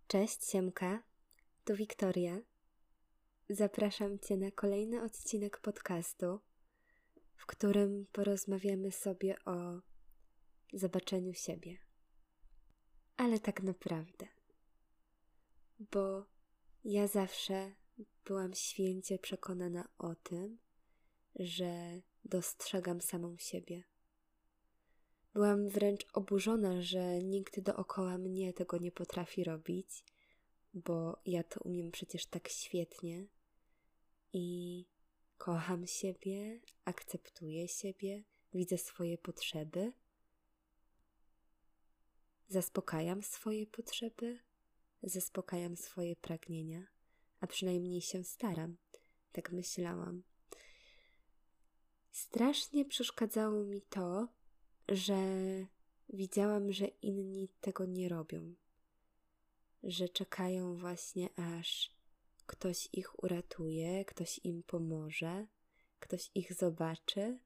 Cześć Siemka, tu Wiktoria. Zapraszam Cię na kolejny odcinek podcastu, w którym porozmawiamy sobie o zobaczeniu siebie. Ale tak naprawdę, bo ja zawsze byłam święcie przekonana o tym, że dostrzegam samą siebie. Byłam wręcz oburzona, że nikt dookoła mnie tego nie potrafi robić, bo ja to umiem przecież tak świetnie i kocham siebie, akceptuję siebie, widzę swoje potrzeby, zaspokajam swoje potrzeby, zaspokajam swoje pragnienia, a przynajmniej się staram, tak myślałam. Strasznie przeszkadzało mi to, że widziałam, że inni tego nie robią, że czekają właśnie aż ktoś ich uratuje, ktoś im pomoże, ktoś ich zobaczy.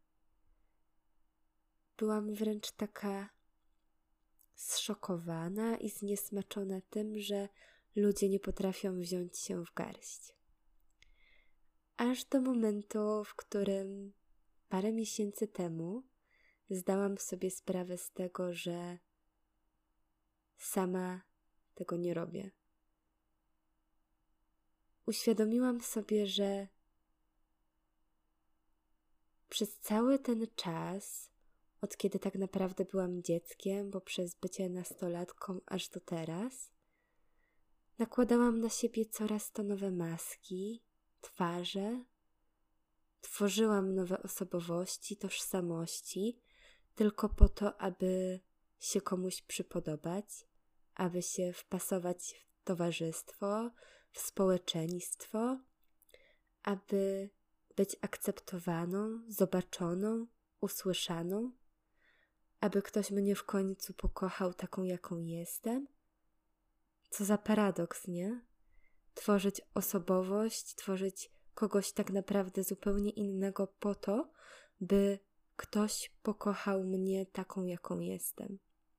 Byłam wręcz taka zszokowana i zniesmaczona tym, że ludzie nie potrafią wziąć się w garść. Aż do momentu, w którym parę miesięcy temu zdałam sobie sprawę z tego, że sama tego nie robię. Uświadomiłam sobie, że przez cały ten czas, od kiedy tak naprawdę byłam dzieckiem, bo przez bycie nastolatką aż do teraz, nakładałam na siebie coraz to nowe maski, twarze, tworzyłam nowe osobowości, tożsamości, tylko po to, aby się komuś przypodobać, aby się wpasować w towarzystwo, w społeczeństwo, aby być akceptowaną, zobaczoną, usłyszaną, aby ktoś mnie w końcu pokochał taką, jaką jestem. Co za paradoks, nie? Tworzyć osobowość, tworzyć kogoś tak naprawdę zupełnie innego po to, by ktoś pokochał mnie taką, jaką jestem.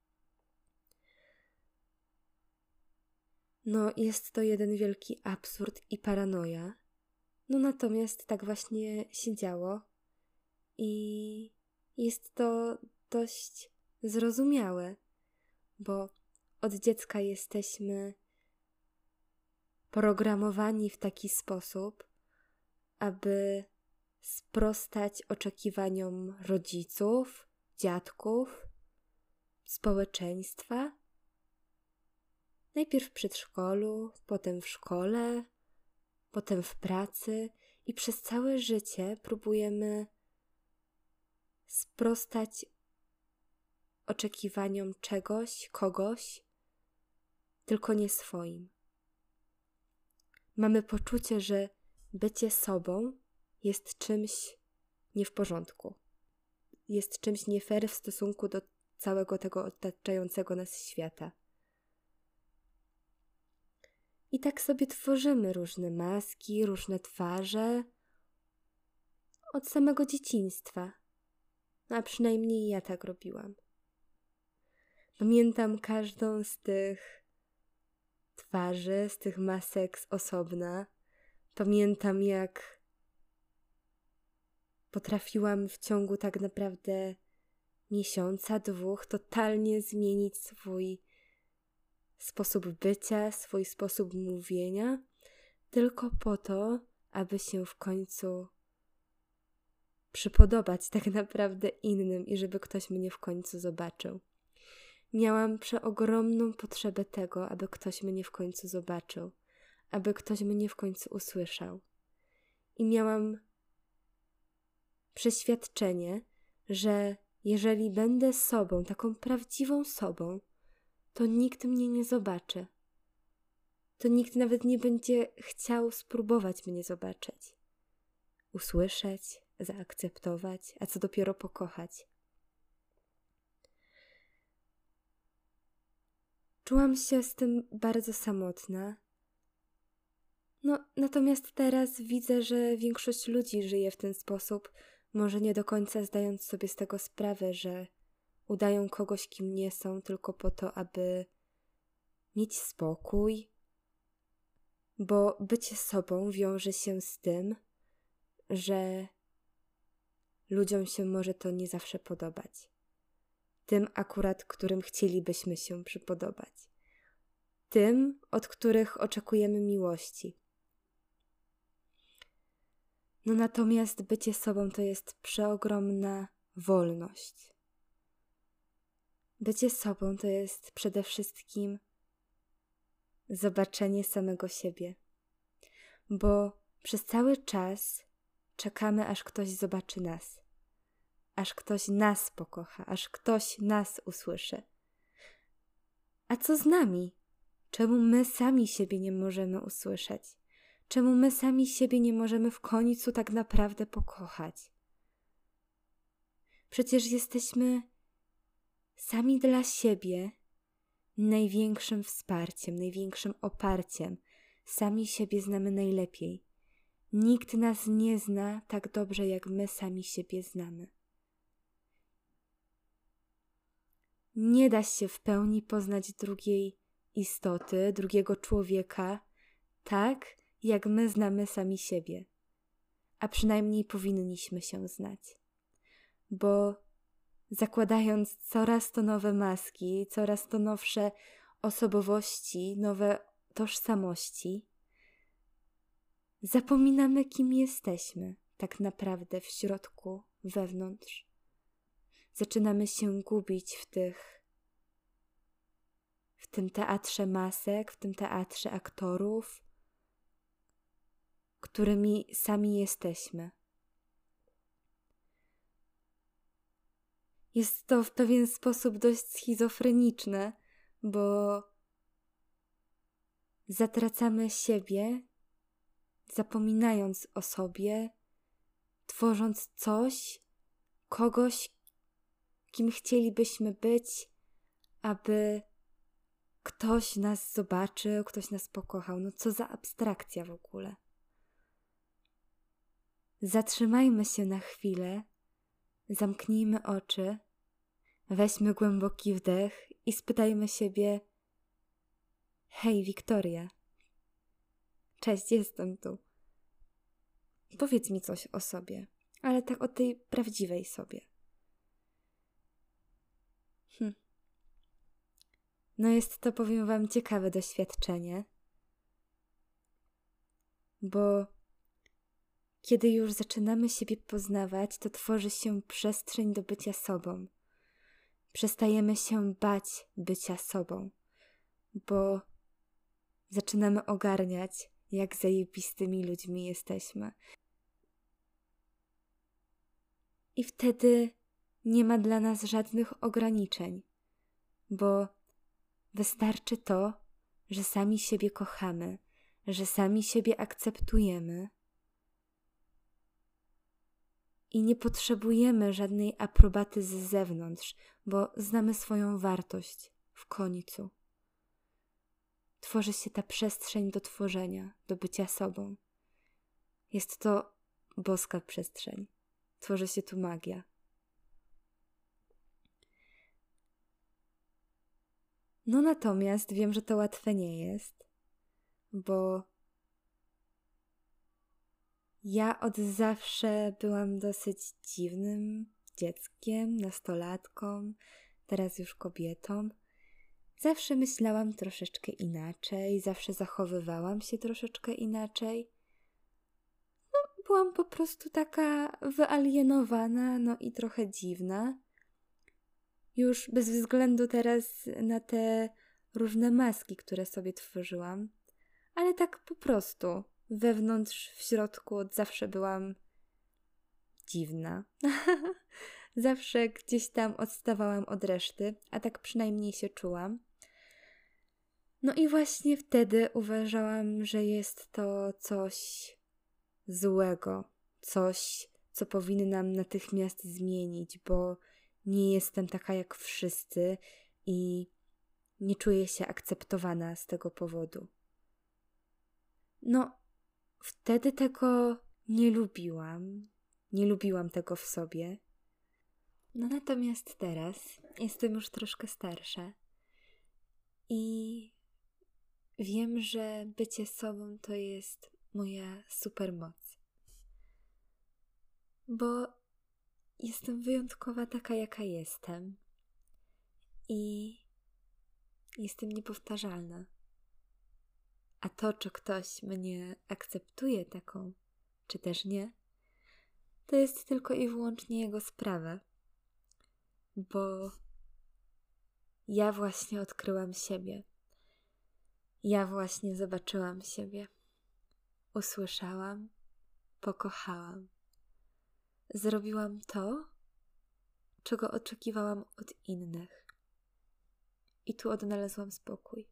No, jest to jeden wielki absurd i paranoja. No natomiast tak właśnie się działo i jest to dość zrozumiałe, bo od dziecka jesteśmy programowani w taki sposób, aby sprostać oczekiwaniom rodziców, dziadków, społeczeństwa. Najpierw w przedszkolu, potem w szkole, potem w pracy i przez całe życie próbujemy sprostać oczekiwaniom czegoś, kogoś, tylko nie swoim. Mamy poczucie, że bycie sobą jest czymś nie w porządku. Jest czymś nie fair w stosunku do całego tego otaczającego nas świata. I tak sobie tworzymy różne maski, różne twarze od samego dzieciństwa. A przynajmniej ja tak robiłam. Pamiętam każdą z tych twarzy, z tych masek z osobna. Pamiętam, jak potrafiłam w ciągu tak naprawdę miesiąca, 2 totalnie zmienić swój sposób bycia, swój sposób mówienia, tylko po to, aby się w końcu przypodobać tak naprawdę innym i żeby ktoś mnie w końcu zobaczył. Miałam przeogromną potrzebę tego, aby ktoś mnie w końcu zobaczył, aby ktoś mnie w końcu usłyszał. I miałam przeświadczenie, że jeżeli będę sobą, taką prawdziwą sobą, to nikt mnie nie zobaczy. To nikt nawet nie będzie chciał spróbować mnie zobaczyć, usłyszeć, zaakceptować, a co dopiero pokochać. Czułam się z tym bardzo samotna. Natomiast teraz widzę, że większość ludzi żyje w ten sposób, może nie do końca zdając sobie z tego sprawę, że udają kogoś, kim nie są, tylko po to, aby mieć spokój, bo bycie sobą wiąże się z tym, że ludziom się może to nie zawsze podobać. Tym akurat, którym chcielibyśmy się przypodobać. Tym, od których oczekujemy miłości. No natomiast bycie sobą to jest przeogromna wolność. Bycie sobą to jest przede wszystkim zobaczenie samego siebie. Bo przez cały czas czekamy, aż ktoś zobaczy nas. Aż ktoś nas pokocha, aż ktoś nas usłyszy. A co z nami? Czemu my sami siebie nie możemy usłyszeć? Czemu my sami siebie nie możemy w końcu tak naprawdę pokochać? Przecież jesteśmy sami dla siebie największym wsparciem, największym oparciem. Sami siebie znamy najlepiej. Nikt nas nie zna tak dobrze, jak my sami siebie znamy. Nie da się w pełni poznać drugiej istoty, drugiego człowieka, tak jak my znamy sami siebie. A przynajmniej powinniśmy się znać. Bo zakładając coraz to nowe maski, coraz to nowsze osobowości, nowe tożsamości, zapominamy, kim jesteśmy tak naprawdę w środku, wewnątrz. Zaczynamy się gubić w tym teatrze masek, w tym teatrze aktorów, którymi sami jesteśmy. Jest to w pewien sposób dość schizofreniczne, bo zatracamy siebie, zapominając o sobie, tworząc coś, kogoś, kim chcielibyśmy być, aby ktoś nas zobaczył, ktoś nas pokochał. No co za abstrakcja w ogóle. Zatrzymajmy się na chwilę, zamknijmy oczy, weźmy głęboki wdech i spytajmy siebie: hej, Wiktoria. Cześć, jestem tu. Powiedz mi coś o sobie, ale tak o tej prawdziwej sobie. No jest to, powiem wam, ciekawe doświadczenie, bo kiedy już zaczynamy siebie poznawać, to tworzy się przestrzeń do bycia sobą. Przestajemy się bać bycia sobą, bo zaczynamy ogarniać, jak zajebistymi ludźmi jesteśmy. I wtedy nie ma dla nas żadnych ograniczeń, bo wystarczy to, że sami siebie kochamy, że sami siebie akceptujemy i nie potrzebujemy żadnej aprobaty z zewnątrz, bo znamy swoją wartość w końcu. Tworzy się ta przestrzeń do tworzenia, do bycia sobą. Jest to boska przestrzeń. Tworzy się tu magia. No natomiast wiem, że to łatwe nie jest, bo ja od zawsze byłam dosyć dziwnym dzieckiem, nastolatką, teraz już kobietą. Zawsze myślałam troszeczkę inaczej, zawsze zachowywałam się troszeczkę inaczej. No, byłam po prostu taka wyalienowana, no i trochę dziwna. Już bez względu teraz na te różne maski, które sobie tworzyłam, ale tak po prostu wewnątrz, w środku od zawsze byłam dziwna. Zawsze gdzieś tam odstawałam od reszty, a tak przynajmniej się czułam. No i właśnie wtedy uważałam, że jest to coś złego, coś, co powinnam natychmiast zmienić, bo nie jestem taka jak wszyscy i nie czuję się akceptowana z tego powodu. No, wtedy tego nie lubiłam. Nie lubiłam tego w sobie. No natomiast teraz jestem już troszkę starsza i Wiem, że bycie sobą to jest moja supermoc, bo jestem wyjątkowa taka, jaka jestem i jestem niepowtarzalna. A to, czy ktoś mnie akceptuje taką, czy też nie, to jest tylko i wyłącznie jego sprawa, bo ja właśnie odkryłam siebie. Ja właśnie zobaczyłam siebie. Usłyszałam, pokochałam. Zrobiłam to, czego oczekiwałam od innych. I tu odnalazłam spokój.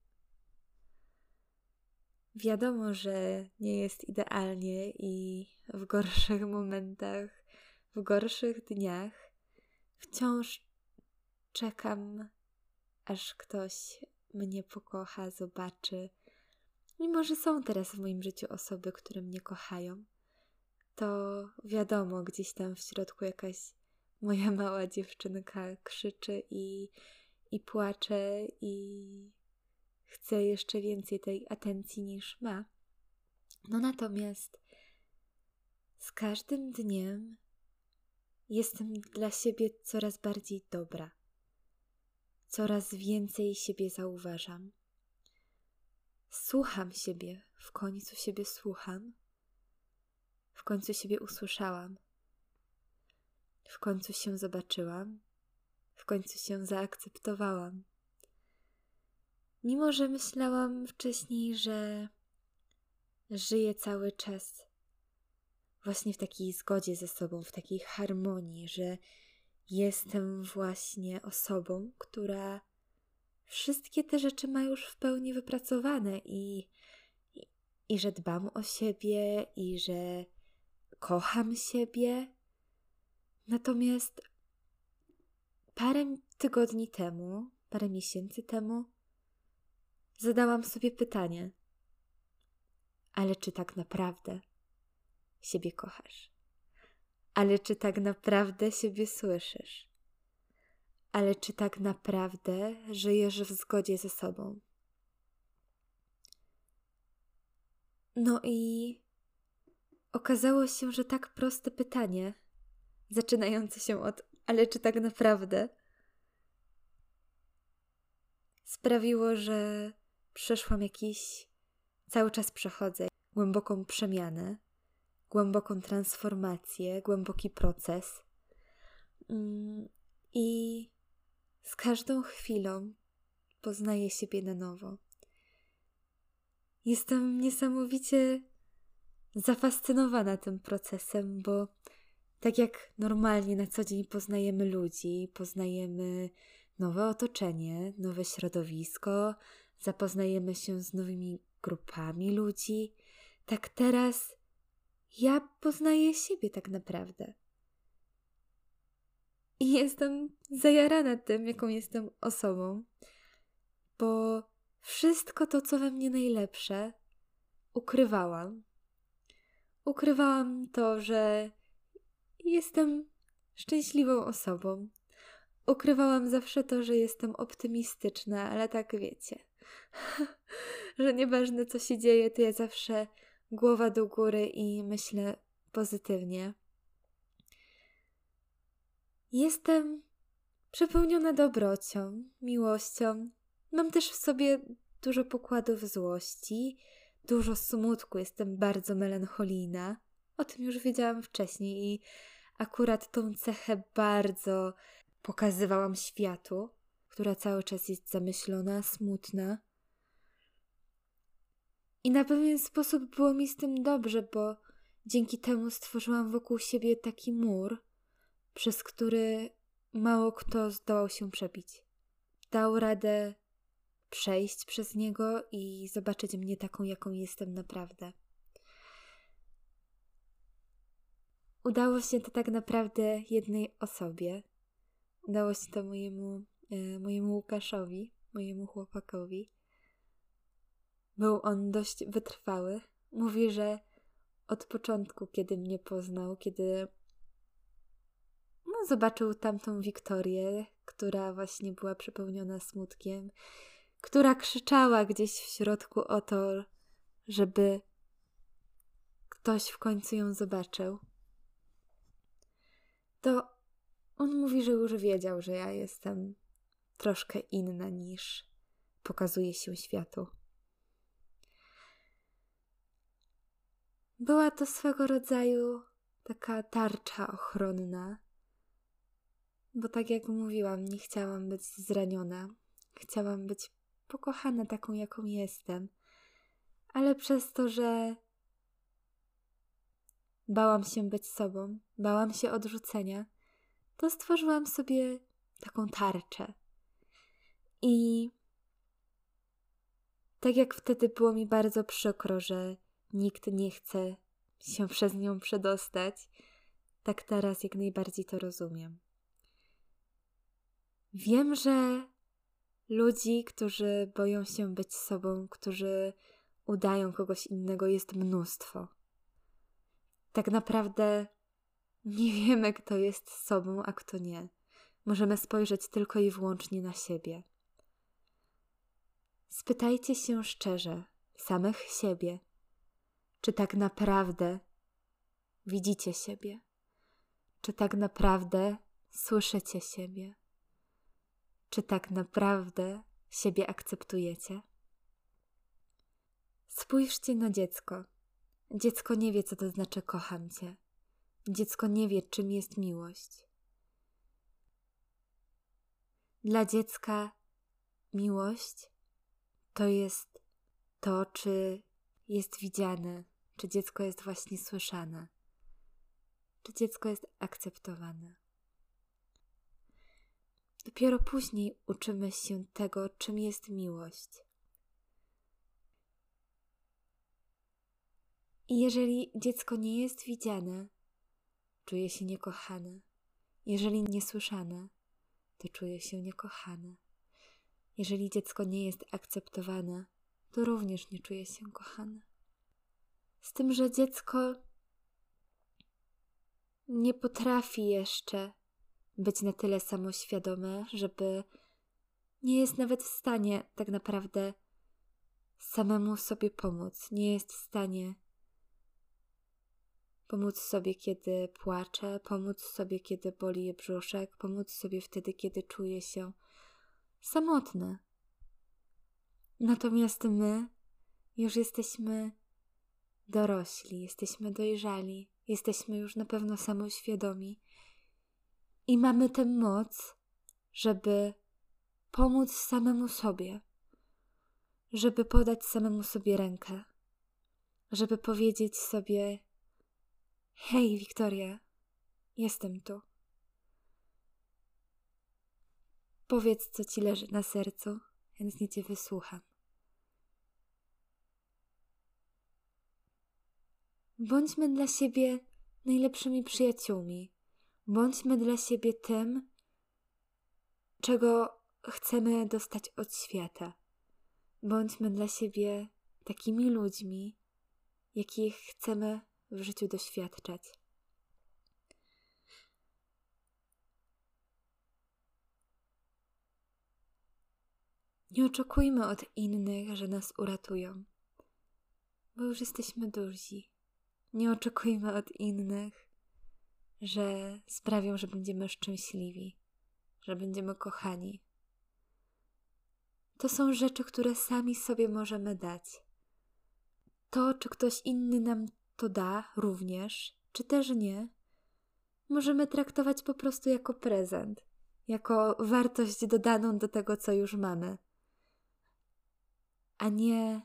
Wiadomo, że nie jest idealnie i w gorszych momentach, w gorszych dniach wciąż czekam, aż ktoś mnie pokocha, zobaczy. Mimo że są teraz w moim życiu osoby, które mnie kochają, to wiadomo, gdzieś tam w środku jakaś moja mała dziewczynka krzyczy i płacze i chce jeszcze więcej tej atencji niż ma. No natomiast z każdym dniem jestem dla siebie coraz bardziej dobra. Coraz więcej siebie zauważam. Słucham siebie, w końcu siebie słucham. W końcu siebie usłyszałam. W końcu się zobaczyłam. W końcu się zaakceptowałam. Mimo że myślałam wcześniej, że żyję cały czas właśnie w takiej zgodzie ze sobą, w takiej harmonii, że jestem właśnie osobą, która wszystkie te rzeczy ma już w pełni wypracowane i że dbam o siebie i że kocham siebie. Natomiast parę tygodni temu, parę miesięcy temu zadałam sobie pytanie: ale czy tak naprawdę siebie kochasz? Ale czy tak naprawdę siebie słyszysz? Ale czy tak naprawdę żyjesz w zgodzie ze sobą? No i okazało się, że tak proste pytanie, zaczynające się od ale czy tak naprawdę, sprawiło, że przeszłam cały czas przechodzę głęboką przemianę, głęboką transformację, głęboki proces. I z każdą chwilą poznaję siebie na nowo. Jestem niesamowicie zafascynowana tym procesem, bo tak jak normalnie na co dzień poznajemy ludzi, poznajemy nowe otoczenie, nowe środowisko, zapoznajemy się z nowymi grupami ludzi, tak teraz ja poznaję siebie tak naprawdę. I jestem zajarana tym, jaką jestem osobą, bo wszystko to, co we mnie najlepsze, ukrywałam. Ukrywałam to, że jestem szczęśliwą osobą. Ukrywałam zawsze to, że jestem optymistyczna, ale tak wiecie, że nieważne co się dzieje, to ja zawsze głowa do góry i myślę pozytywnie. Jestem przepełniona dobrocią, miłością. Mam też w sobie dużo pokładów złości, dużo smutku, jestem bardzo melancholijna. O tym już wiedziałam wcześniej i akurat tą cechę bardzo pokazywałam światu, która cały czas jest zamyślona, smutna. I na pewien sposób było mi z tym dobrze, bo dzięki temu stworzyłam wokół siebie taki mur, przez który mało kto zdołał się przebić. Dał radę przejść przez niego i zobaczyć mnie taką, jaką jestem naprawdę. Udało się to tak naprawdę jednej osobie. Udało się to mojemu Łukaszowi, mojemu chłopakowi. Był on dość wytrwały. Mówi, że od początku, kiedy mnie poznał, kiedy zobaczył tamtą Wiktorię, która właśnie była przepełniona smutkiem, która krzyczała gdzieś w środku o to, żeby ktoś w końcu ją zobaczył, to on mówi, że już wiedział, że ja jestem troszkę inna niż pokazuje się światu. Była to swego rodzaju taka tarcza ochronna, bo tak jak mówiłam, nie chciałam być zraniona. Chciałam być pokochana taką, jaką jestem. Ale przez to, że bałam się być sobą, bałam się odrzucenia, to stworzyłam sobie taką tarczę. I tak jak wtedy było mi bardzo przykro, że nikt nie chce się przez nią przedostać, tak teraz jak najbardziej to rozumiem. Wiem, że ludzi, którzy boją się być sobą, którzy udają kogoś innego, jest mnóstwo. Tak naprawdę nie wiemy, kto jest sobą, a kto nie. Możemy spojrzeć tylko i wyłącznie na siebie. Spytajcie się szczerze, samych siebie, czy tak naprawdę widzicie siebie? Czy tak naprawdę słyszycie siebie? Czy tak naprawdę siebie akceptujecie? Spójrzcie na dziecko. Dziecko nie wie, co to znaczy kocham cię. Dziecko nie wie, czym jest miłość. Dla dziecka miłość to jest to, czy jest widziane, czy dziecko jest właśnie słyszane, czy dziecko jest akceptowane. Dopiero później uczymy się tego, czym jest miłość. I jeżeli dziecko nie jest widziane, czuje się niekochane. Jeżeli nie słyszane, to czuje się niekochane. Jeżeli dziecko nie jest akceptowane, to również nie czuje się kochane. Z tym, że dziecko nie potrafi jeszcze być na tyle samoświadome, żeby nie jest nawet w stanie tak naprawdę samemu sobie pomóc. Nie jest w stanie pomóc sobie, kiedy płacze, pomóc sobie, kiedy boli je brzuszek, pomóc sobie wtedy, kiedy czuje się samotne. Natomiast my już jesteśmy dorośli, jesteśmy dojrzali, jesteśmy już na pewno samoświadomi i mamy tę moc, żeby pomóc samemu sobie, żeby podać samemu sobie rękę, żeby powiedzieć sobie: hej, Wiktoria, jestem tu. Powiedz, co ci leży na sercu, chętnie cię wysłucham. Bądźmy dla siebie najlepszymi przyjaciółmi. Bądźmy dla siebie tym, czego chcemy dostać od świata. Bądźmy dla siebie takimi ludźmi, jakich chcemy w życiu doświadczać. Nie oczekujmy od innych, że nas uratują, bo już jesteśmy duzi. Nie oczekujmy od innych, że sprawią, że będziemy szczęśliwi, że będziemy kochani. To są rzeczy, które sami sobie możemy dać. To, czy ktoś inny nam to da również, czy też nie, możemy traktować po prostu jako prezent, jako wartość dodaną do tego, co już mamy, a nie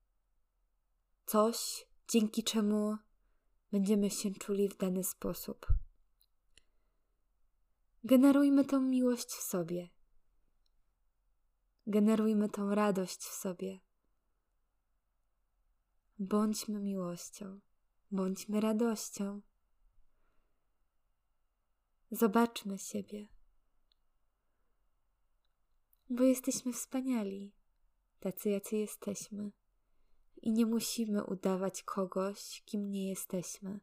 coś, dzięki czemu będziemy się czuli w dany sposób. Generujmy tą miłość w sobie. Generujmy tą radość w sobie. Bądźmy miłością. Bądźmy radością. Zobaczmy siebie. Bo jesteśmy wspaniali, tacy jacy jesteśmy. I nie musimy udawać kogoś, kim nie jesteśmy.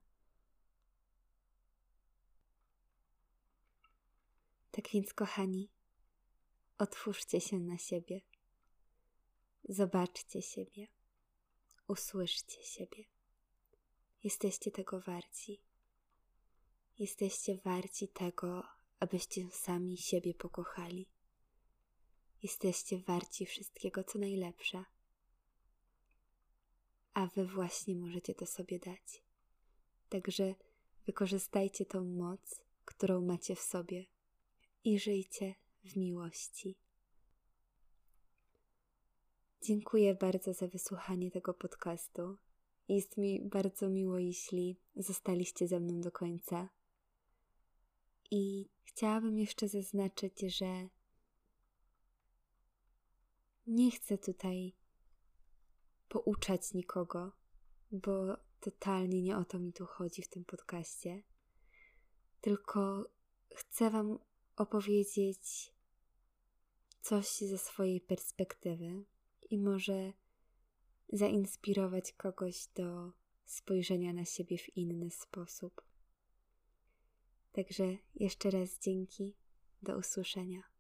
Tak więc, kochani, otwórzcie się na siebie. Zobaczcie siebie. Usłyszcie siebie. Jesteście tego warci. Jesteście warci tego, abyście sami siebie pokochali. Jesteście warci wszystkiego, co najlepsze. A wy właśnie możecie to sobie dać. Także wykorzystajcie tą moc, którą macie w sobie i żyjcie w miłości. Dziękuję bardzo za wysłuchanie tego podcastu. Jest mi bardzo miło, jeśli zostaliście ze mną do końca. I chciałabym jeszcze zaznaczyć, że nie chcę tutaj pouczać nikogo, bo totalnie nie o to mi tu chodzi w tym podcaście. Tylko chcę wam opowiedzieć coś ze swojej perspektywy i może zainspirować kogoś do spojrzenia na siebie w inny sposób. Także jeszcze raz dzięki. Do usłyszenia.